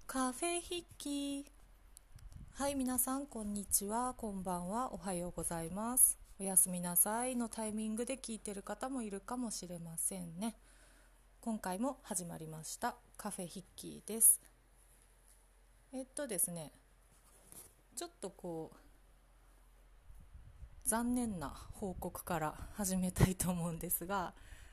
カフェ筆記。はい、皆さんこんにちは、こんばんは、おはようございます。おやすみなさいのタイミングで聞いてる方もいるかもしれませんね。今回も始まりましたカフェ筆記です。ですね、ちょっと残念な報告から始めたいと思うんですが、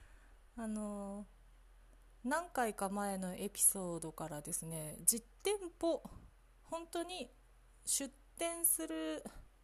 何回か前のエピソードからですね、実店舗、本当に出店する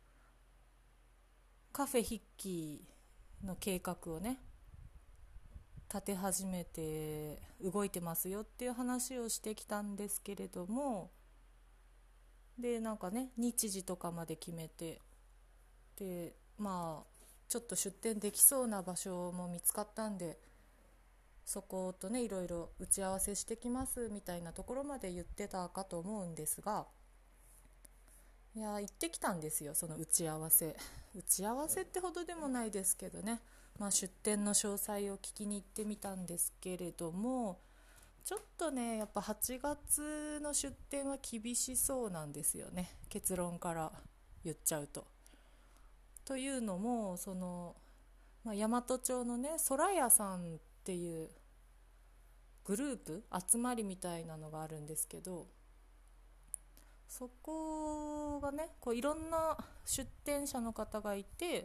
カフェ筆記の計画をね、立て始めて動いてますよっていう話をしてきたんですけれども、でなんかね、日時とかまで決めて、でちょっと出店できそうな場所も見つかったんで、そことねいろいろ打ち合わせしてきますみたいなところまで言ってたかと思うんですが、いや行ってきたんですよ、その打ち合わせってほどでもないですけどね、出店の詳細を聞きに行ってみたんですけれども、ちょっとねやっぱ8月の出店は厳しそうなんですよね、結論から言っちゃうと。というのも大和町のね空屋さんっていうグループ集まりみたいなのがあるんですけど、そこがねいろんな出店者の方がいて、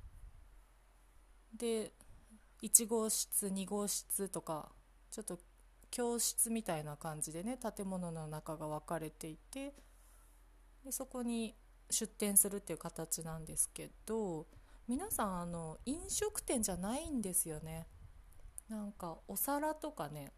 で1号室2号室とかちょっと教室みたいな感じでね、建物の中が分かれていて、でそこに出店するっていう形なんですけど、皆さん飲食店じゃないんですよね。なんかお皿とかね、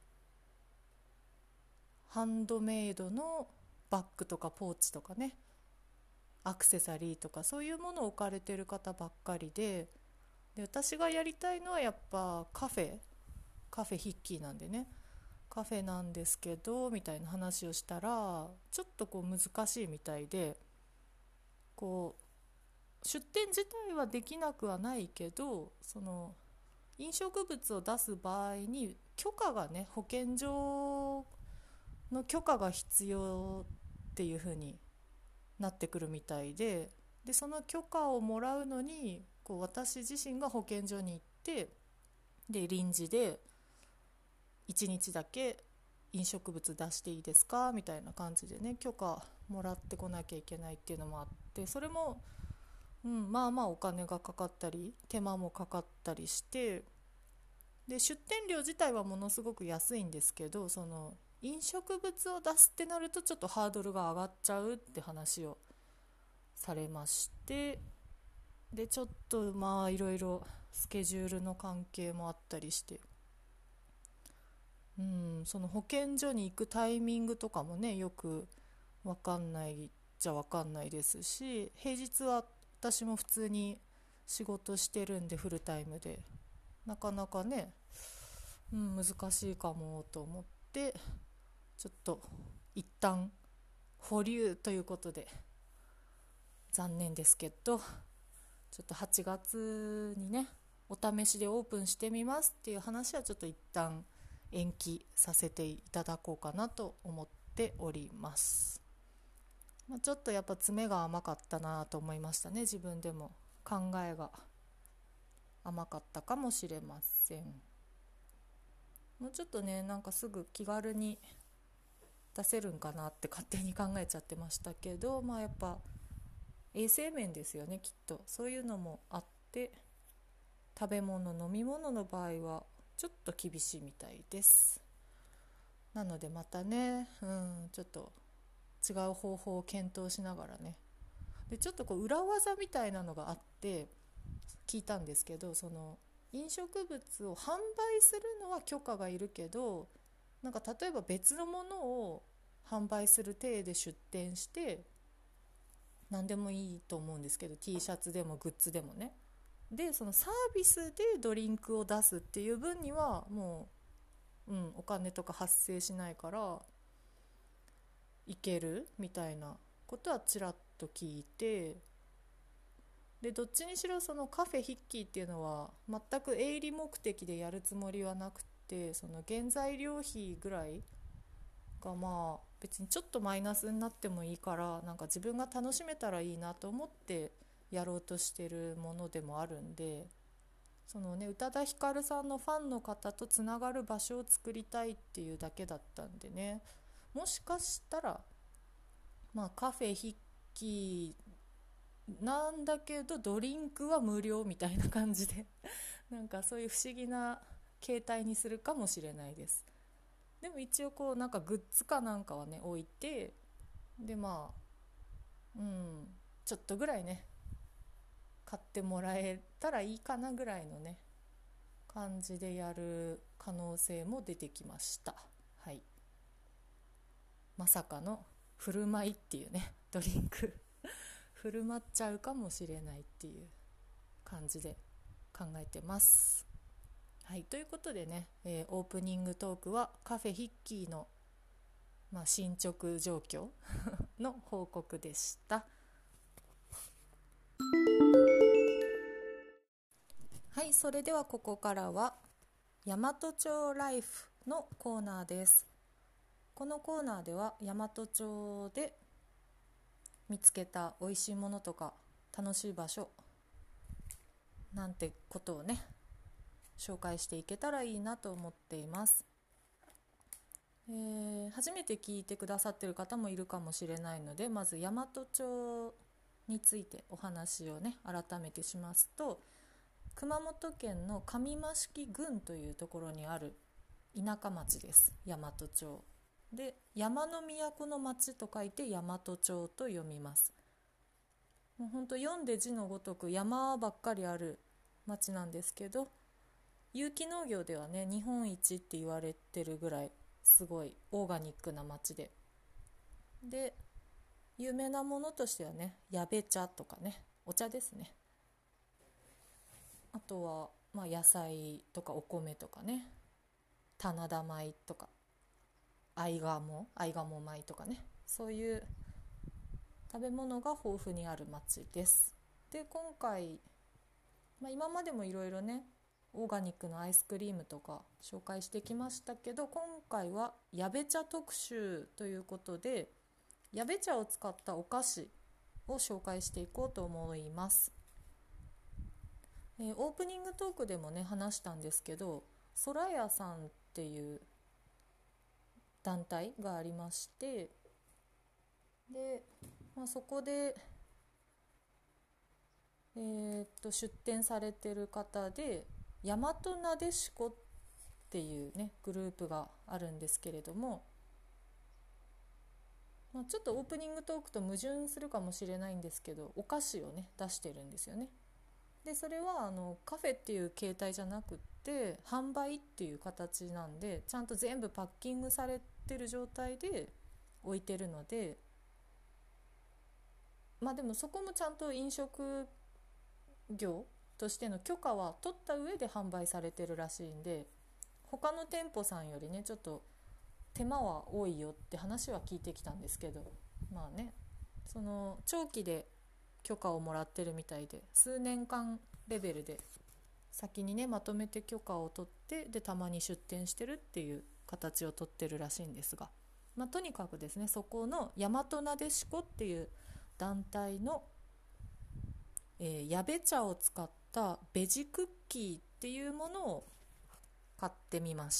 ハンドメイドのバッグとかポーチとかね、アクセサリーとかそういうものを置かれてる方ばっかりで、私がやりたいのはやっぱカフェ筆記なんでね、カフェなんですけどみたいな話をしたら、ちょっと難しいみたいで、出店自体はできなくはないけど、その飲食物を出す場合に許可がね、保健所の許可が必要っていう風になってくるみたいで、その許可をもらうのに私自身が保健所に行って、で臨時で1日だけ飲食物出していいですかみたいな感じでね、許可もらってこなきゃいけないっていうのもあって、それも、お金がかかったり手間もかかったりして、で出店料自体はものすごく安いんですけど、その飲食物を出すってなるとちょっとハードルが上がっちゃうって話をされまして、でちょっといろいろスケジュールの関係もあったりして、その保健所に行くタイミングとかもね、よく分かんないじゃ分かんないですし、平日は私も普通に仕事してるんでフルタイムで、なかなかね、難しいかもと思って、ちょっと一旦保留ということで、残念ですけど、ちょっと8月にねお試しでオープンしてみますっていう話はちょっと一旦延期させていただこうかなと思っております。ちょっとやっぱ詰めが甘かったなと思いましたね。自分でも考えが甘かったかもしれません。もうちょっとね、なんかすぐ気軽に出せるんかなって勝手に考えちゃってましたけど、やっぱ衛生面ですよね、きっとそういうのもあって、食べ物飲み物の場合はちょっと厳しいみたいです。なのでまたね、ちょっと違う方法を検討しながらね、でちょっと裏技みたいなのがあって聞いたんですけど、その飲食物を販売するのは許可がいるけど、なんか例えば別のものを販売する体で出店して、何でもいいと思うんですけど、 T シャツでもグッズでもね、でそのサービスでドリンクを出すっていう分にはもう、お金とか発生しないからいけるみたいなことはちらっと聞いて、でどっちにしろそのカフェ筆記っていうのは全く営利目的でやるつもりはなくて、その原材料費ぐらいがまあ別にちょっとマイナスになってもいいから、なんか自分が楽しめたらいいなと思ってやろうとしてるものでもあるんで、そのね、宇多田ヒカルさんのファンの方とつながる場所を作りたいっていうだけだったんでね、もしかしたらまあカフェ筆記なんだけどドリンクは無料みたいな感じでなんかそういう不思議な形態にするかもしれないです。でも一応こうなんかグッズかなんかはね置いて、でまあちょっとぐらいね買ってもらえたらいいかなぐらいのね感じでやる可能性も出てきました。はい、まさかの振る舞いっていうね、ドリンク振る舞っちゃうかもしれないっていう感じで考えてます。はい、ということでね、オープニングトークはカフェヒッキーの、進捗状況の報告でした。はい、それではここからは大和町ライフのコーナーです。このコーナーでは大和町で見つけた美味しいものとか楽しい場所なんてことをね紹介していけたらいいなと思っています。初めて聞いてくださっている方もいるかもしれないので、まず大和町についてお話をね改めてしますと、熊本県の上益城郡というところにある田舎町です。大和町で、山の都の町と書いて大和町と読みます。もうほんと読んで字のごとく山ばっかりある町なんですけど、有機農業ではね日本一って言われてるぐらいすごいオーガニックな町で、有名なものとしてはね矢部茶とかね、お茶ですね。あとは野菜とかお米とかね、棚田米とか合鴨米とかね、そういう食べ物が豊富にある町です。で今回、今までもいろいろねオーガニックのアイスクリームとか紹介してきましたけど、今回は矢部茶特集ということで、矢部茶を使ったお菓子を紹介していこうと思います。オープニングトークでもね話したんですけど、そらやさんっていう団体がありまして、で、そこで、出展されてる方で大和なでしこっていうねグループがあるんですけれども、ちょっとオープニングトークと矛盾するかもしれないんですけど、お菓子をね出してるんですよね。でそれはカフェっていう形態じゃなくって販売っていう形なんで、ちゃんと全部パッキングされてる状態で置いてるので、でもそこもちゃんと飲食業としての許可は取った上で販売されてるらしいんで、他の店舗さんよりねちょっと手間は多いよって話は聞いてきたんですけど、その長期で許可をもらってるみたいで、数年間レベルで先にねまとめて許可を取って、でたまに出店してるっていう形を取ってるらしいんですが、とにかくですね、そこの大和なでしこっていう団体の、矢部茶を使ったベジクッキーっていうものを買ってみました。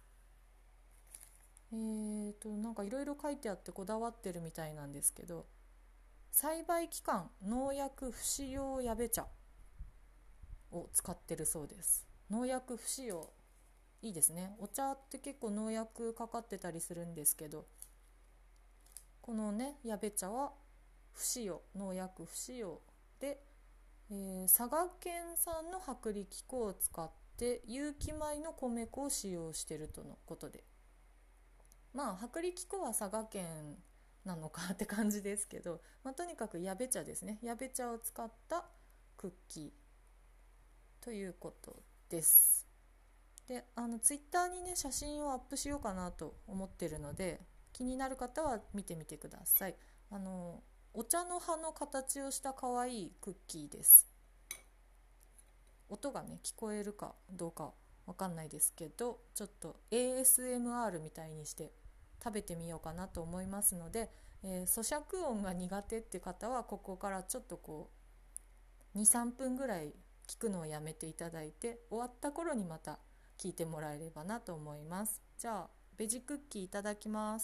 なんかいろいろ書いてあってこだわってるみたいなんですけど、栽培期間農薬不使用矢部茶を使ってるそうです。農薬不使用、いいですね。お茶って結構農薬かかってたりするんですけど、このね矢部茶は不使用、農薬不使用で、佐賀県産の薄力粉を使って有機米の米粉を使用しているとのことで、薄力粉は佐賀県なのかって感じですけど、とにかく矢部茶ですね。矢部茶を使ったクッキーということです。でツイッターにね写真をアップしようかなと思ってるので、気になる方は見てみてください。お茶の葉の形をした可愛いクッキーです。音がね聞こえるかどうかわかんないですけど、ちょっと ASMR みたいにして食べてみようかなと思いますので、咀嚼音が苦手って方はここからちょっとこう2、3分ぐらい聞くのをやめていただいて、終わった頃にまた聞いてもらえればなと思います。じゃあベジクッキーいただきます。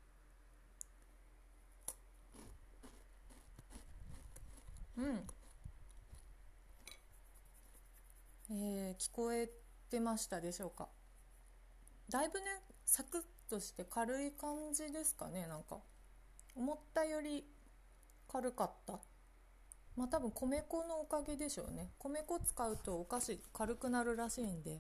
うん、聞こえてましたでしょうか。だいぶね、サクッとして軽い感じですかね。なんか思ったより軽かった。まあ多分米粉のおかげでしょうね。米粉使うとお菓子軽くなるらしいんで、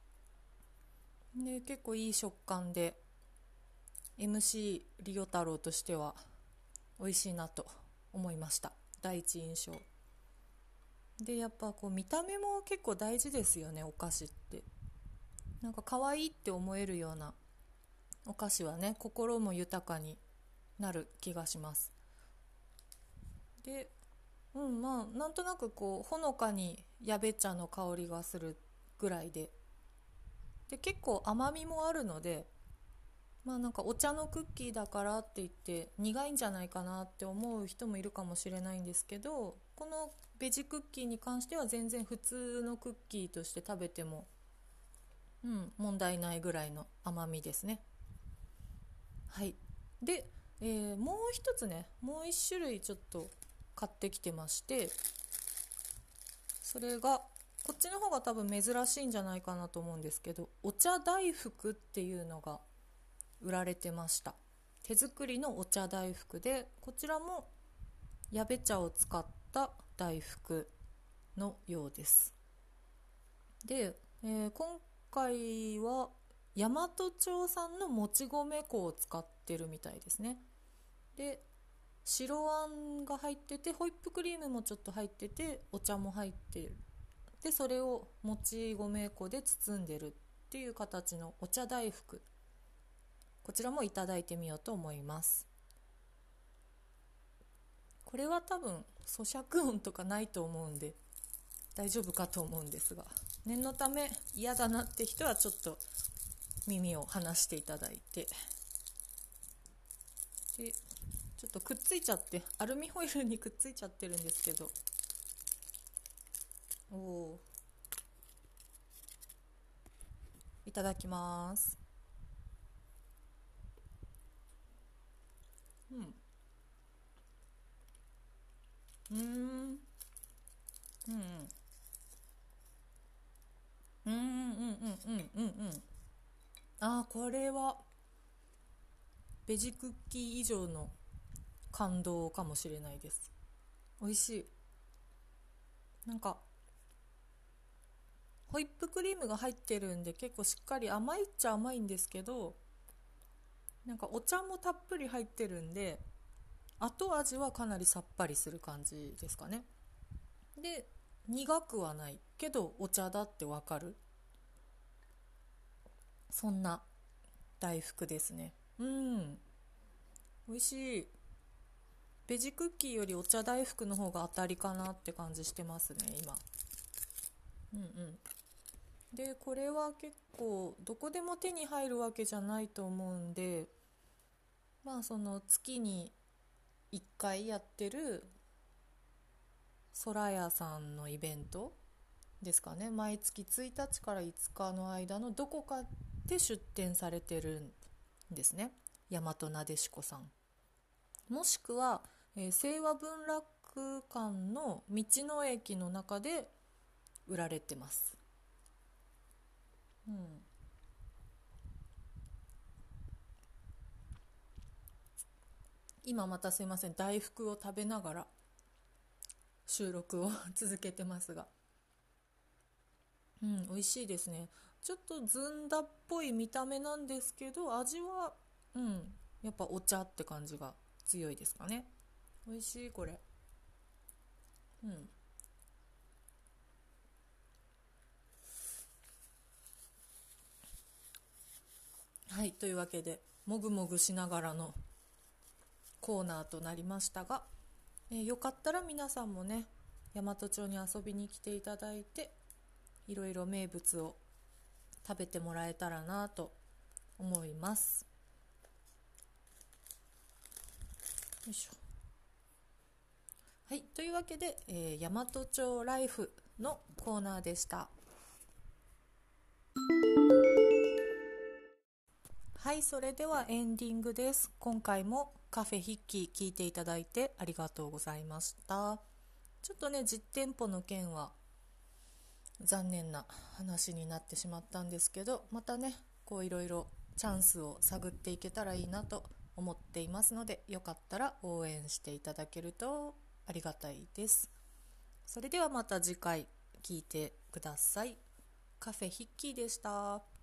結構いい食感で MC リオ太郎としては美味しいなと思いました。第一印象で、やっぱこう見た目も結構大事ですよね、お菓子って。なんか可愛いって思えるようなお菓子はね、心も豊かになる気がします。で、まあなんとなくこうほのかにやべ茶の香りがするぐらいで結構甘みもあるので、まあなんかお茶のクッキーだからって言って苦いんじゃないかなって思う人もいるかもしれないんですけど、このベジクッキーに関しては全然普通のクッキーとして食べても、問題ないぐらいの甘みですね。はい。で、もう一つね、もう一種類ちょっと買ってきてまして、それがこっちの方が多分珍しいんじゃないかなと思うんですけど、お茶大福っていうのが売られてました。手作りのお茶大福で、こちらも矢部茶を使った大福のようです。で、今回は大和町産のもち米粉を使ってるみたいですね。で、白あんが入ってて、ホイップクリームもちょっと入ってて、お茶も入ってる。でそれをもち米粉で包んでるっていう形のお茶大福、こちらもいただいてみようと思います。これは多分咀嚼音とかないと思うんで大丈夫かと思うんですが、念のため嫌だなって人はちょっと耳を離していただいて、でちょっとくっついちゃって、アルミホイルにくっついちゃってるんですけど、いただきます。うんうんうんうんうんうんうんうんうん。あー、これはベジクッキー以上の感動かもしれないです。美味しい。なんかホイップクリームが入ってるんで結構しっかり甘いっちゃ甘いんですけど、なんかお茶もたっぷり入ってるんで後味はかなりさっぱりする感じですかね。で、苦くはないけどお茶だってわかる、そんな大福ですね。美味しい。ベジクッキーよりお茶大福の方が当たりかなって感じしてますね今。うんうん。でこれは結構どこでも手に入るわけじゃないと思うんで、まあその月に1回やってる空屋さんのイベントですかね、毎月1日から5日の間のどこかで出店されてるんですね、大和なでしこさん。もしくは、清和文楽館の道の駅の中で売られてます。うん、今またすいません、大福を食べながら収録を続けてますが、美味しいですね。ちょっとずんだっぽい見た目なんですけど、味はやっぱお茶って感じが強いですかね。美味しいこれ。うんはい、というわけでもぐもぐしながらのコーナーとなりましたが、よかったら皆さんもね、大和町に遊びに来ていただいて、いろいろ名物を食べてもらえたらなと思います。 よいしょ。はい、というわけで、大和町ライフのコーナーでした。はい、それではエンディングです。今回もカフェ筆記聞いていただいてありがとうございました。ちょっとね、実店舗の件は残念な話になってしまったんですけど、またね、こういろいろチャンスを探っていけたらいいなと思っていますので、よかったら応援していただけるとありがたいです。それではまた次回聞いてください。カフェ筆記でした。